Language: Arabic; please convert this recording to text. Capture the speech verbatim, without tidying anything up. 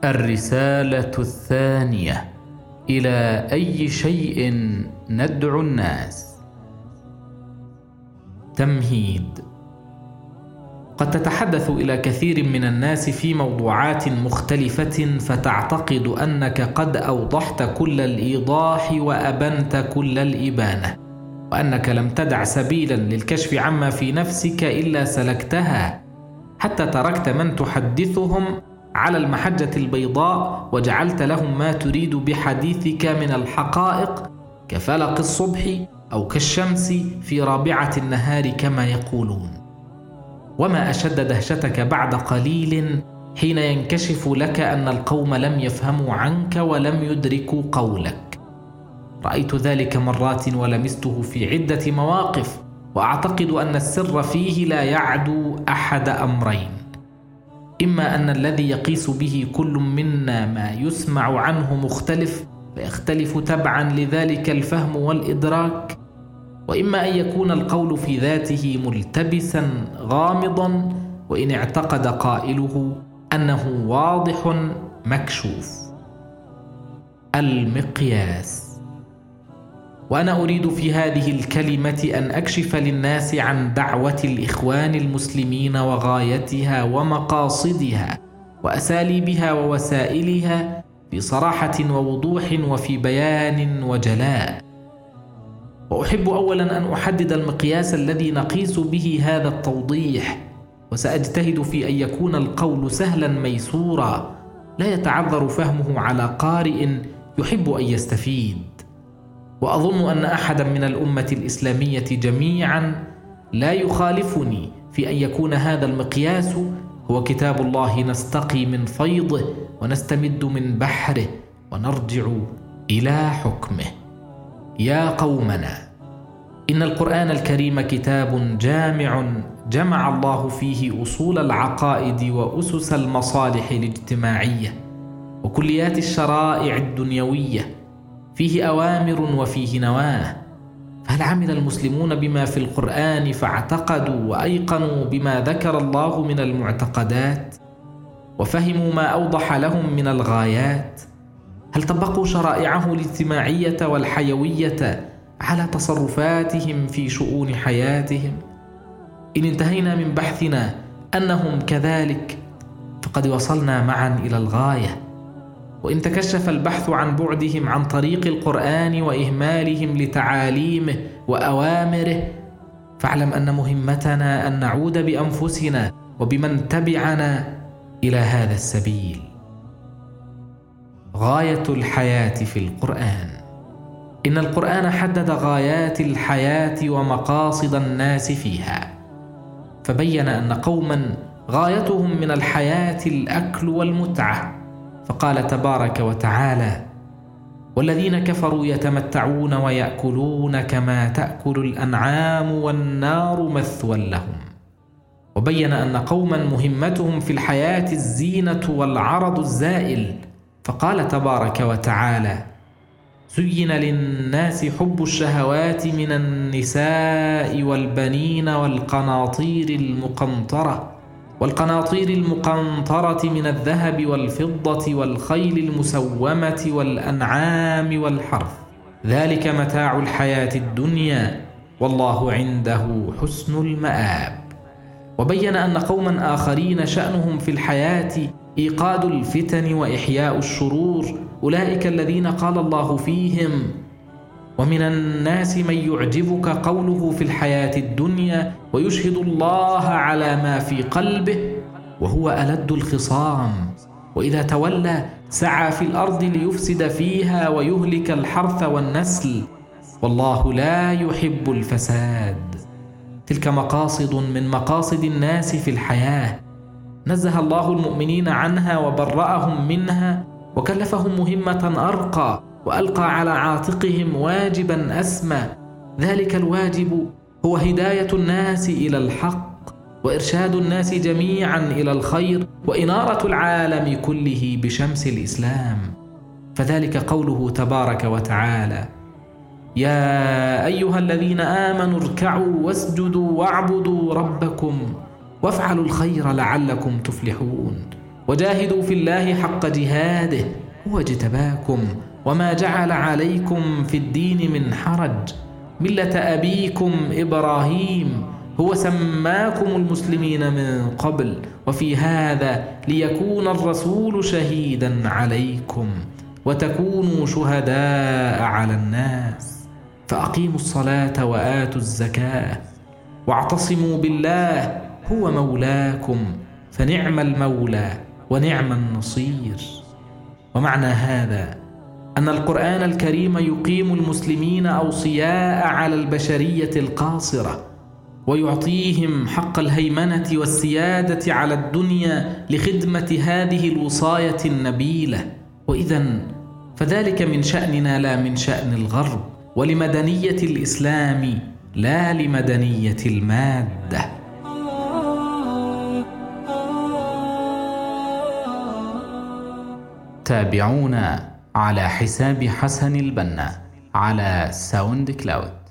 الرسالة الثانية: إلى أي شيء ندعو الناس؟ تمهيد. قد تتحدث إلى كثير من الناس في موضوعات مختلفة فتعتقد أنك قد أوضحت كل الإيضاح وأبنت كل الإبانة، وأنك لم تدع سبيلا للكشف عما في نفسك إلا سلكتها، حتى تركت من تحدثهم على المحجة البيضاء وجعلت لهم ما تريد بحديثك من الحقائق كفلق الصبح أو كالشمس في رابعة النهار كما يقولون. وما أشد دهشتك بعد قليل حين ينكشف لك أن القوم لم يفهموا عنك ولم يدركوا قولك. رأيت ذلك مرات ولمسته في عدة مواقف، وأعتقد أن السر فيه لا يعدو أحد أمرين: إما أن الذي يقيس به كل منا ما يسمع عنه مختلف فيختلف تبعا لذلك الفهم والإدراك، وإما أن يكون القول في ذاته ملتبسا غامضا وإن اعتقد قائله أنه واضح مكشوف. المقياس. وأنا أريد في هذه الكلمة أن أكشف للناس عن دعوة الإخوان المسلمين وغايتها ومقاصدها وأساليبها ووسائلها بصراحة ووضوح وفي بيان وجلاء. وأحب أولا أن أحدد المقياس الذي نقيس به هذا التوضيح، وسأجتهد في أن يكون القول سهلا ميسورا لا يتعذر فهمه على قارئ يحب أن يستفيد. وأظن أن أحدا من الأمة الإسلامية جميعا لا يخالفني في أن يكون هذا المقياس هو كتاب الله نستقي من فيضه ونستمد من بحره ونرجع إلى حكمه. يا قومنا، إن القرآن الكريم كتاب جامع جمع الله فيه أصول العقائد وأسس المصالح الاجتماعية وكليات الشرائع الدنيوية، فيه أوامر وفيه نواه. فهل عمل المسلمون بما في القرآن فاعتقدوا وأيقنوا بما ذكر الله من المعتقدات وفهموا ما أوضح لهم من الغايات؟ هل طبقوا شرائعه الاجتماعية والحيوية على تصرفاتهم في شؤون حياتهم؟ إن انتهينا من بحثنا أنهم كذلك فقد وصلنا معا إلى الغاية. وإن تكشف البحث عن بعدهم عن طريق القرآن وإهمالهم لتعاليمه وأوامره، فاعلم أن مهمتنا أن نعود بأنفسنا وبمن تبعنا إلى هذا السبيل. غاية الحياة في القرآن. إن القرآن حدد غايات الحياة ومقاصد الناس فيها، فبين أن قوما غايتهم من الحياة الأكل والمتعة، فقال تبارك وتعالى: والذين كفروا يتمتعون ويأكلون كما تأكل الأنعام والنار مثوى لهم. وبين أن قوما مهمتهم في الحياة الزينة والعرض الزائل، فقال تبارك وتعالى: زين للناس حب الشهوات من النساء والبنين والقناطير المقنطرة والقناطير المقنطرة من الذهب والفضة والخيل المسومة والأنعام والحرث، ذلك متاع الحياة الدنيا والله عنده حسن المآب. وبين أن قوما آخرين شأنهم في الحياة إيقاد الفتن وإحياء الشرور، أولئك الذين قال الله فيهم: ومن الناس من يعجبك قوله في الحياة الدنيا ويشهد الله على ما في قلبه وهو ألد الخصام، وإذا تولى سعى في الأرض ليفسد فيها ويهلك الحرث والنسل والله لا يحب الفساد. تلك مقاصد من مقاصد الناس في الحياة، نزه الله المؤمنين عنها وبرأهم منها وكلفهم مهمة أرقى، وألقى على عاتقهم واجبا أسمى. ذلك الواجب هو هداية الناس إلى الحق وإرشاد الناس جميعا إلى الخير وإنارة العالم كله بشمس الإسلام. فذلك قوله تبارك وتعالى: يا أيها الذين آمنوا اركعوا واسجدوا واعبدوا ربكم وافعلوا الخير لعلكم تفلحون. وجاهدوا في الله حق جهاده، هو اجتباكم وما جعل عليكم في الدين من حرج، ملة أبيكم إبراهيم، هو سماكم المسلمين من قبل وفي هذا ليكون الرسول شهيدا عليكم وتكونوا شهداء على الناس. فأقيموا الصلاة وآتوا الزكاة واعتصموا بالله، هو مولاكم فنعم المولى ونعم النصير. ومعنى هذا أن القرآن الكريم يقيم المسلمين أوصياء على البشرية القاصرة، ويعطيهم حق الهيمنة والسيادة على الدنيا لخدمة هذه الوصاية النبيلة. وإذن فذلك من شأننا لا من شأن الغرب، ولمدنية الإسلام لا لمدنية المادة. تابعونا على حساب حسن البنا على ساوند كلاود.